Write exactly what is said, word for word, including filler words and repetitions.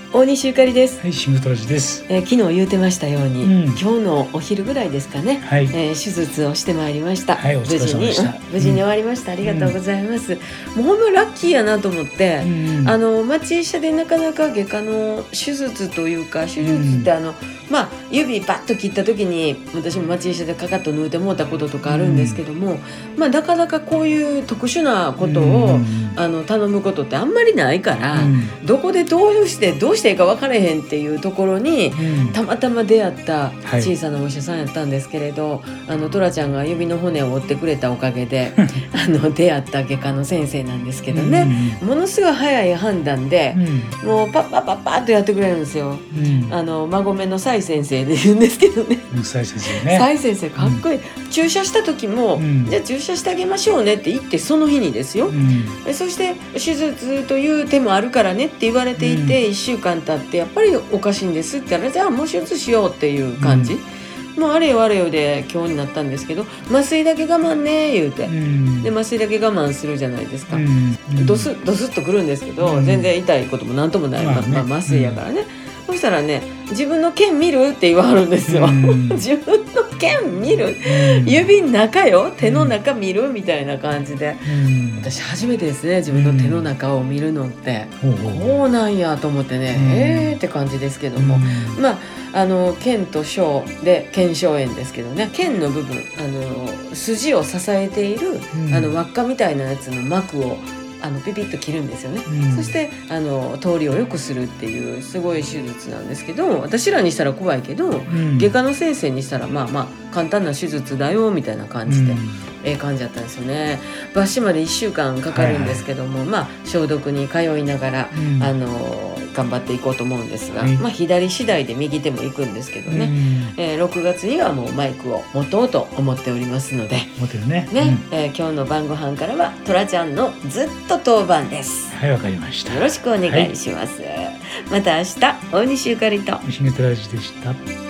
大西ゆかりです。 はい、シングトラジです。 えー、昨日言うてましたように、うん、今日のお昼ぐらいですかね、 はい、 えー、手術をしてまいりました。 はい、お疲れ様でした。 無事に、無事に終わりました、うん、ありがとうございます、うん、もうほんまラッキーやなと思って、うん、あの町医者でなかなか外科の手術というか手術ってあの、うん、まあ指バッと切った時に私も町医者でカカッと抜いてもうたこととかあるんですけども、うん、まあなかなかこういう特殊なことを、うん、あの頼むことってあんまりないから、うん、どこでどうしてどうしていいか分からへんっていうところに、うん、たまたま出会った小さなお医者さんやったんですけれど、はい、あのトラちゃんが指の骨を折ってくれたおかげであの出会った外科の先生なんですけどね、うん、ものすごい早い判断で、うん、もうパッパッパッパッとやってくれるんですよ、うん、あの孫目の蔡先生で言うんですけどね、 蔡先生ね、 蔡先生かっこいい、うん、注射した時も、うん、じゃあ注射してあげましょうねって言ってその日にですよ、うん、そして手術という手もあるからねって言われていて、うん、いっしゅうかん経ってやっぱりおかしいんですって言ったらじゃあもう手術しようっていう感じ、うん、もうあれよあれよで今日になったんですけど麻酔だけ我慢ね言うて、うん、で麻酔だけ我慢するじゃないですか、うん、ドスドスッとくるんですけど、うん、全然痛いこともなんともない、まあね、まあ、麻酔やからね、うん、そしたらね自分の剣見るって言わはるんですよ、うん、自分の剣見る、うん、指の中よ手の中見るみたいな感じで、うん、私初めてですね自分の手の中を見るのって、うん、こうなんやと思ってね、うん、えーって感じですけども、うん、まああの腱と小で腱鞘炎ですけどね、腱の部分あの筋を支えている、うん、あの輪っかみたいなやつの膜をあのピピッと切るんですよね、うん、そしてあの通りを良くするっていうすごい手術なんですけど、私らにしたら怖いけど、うん、外科の先生にしたらまあまあ簡単な手術だよみたいな感じで、うん、ええ感じだったんですよね。抜歯までいっしゅうかんかかるんですけども、はいはい、まあ消毒に通いながら、うん、あの頑張っていこうと思うんですが、はい、まあ左次第で右手も行くんですけどね、うんえー、ろくがつにはもうマイクを持とうと思っておりますので、 持ってるね、 ねうんえー、今日の晩ご飯からはトラちゃんのずっと当番です。 はい、わかりました。 よろしくお願いします、はい、また明日大西ゆかりと西口ラジでした。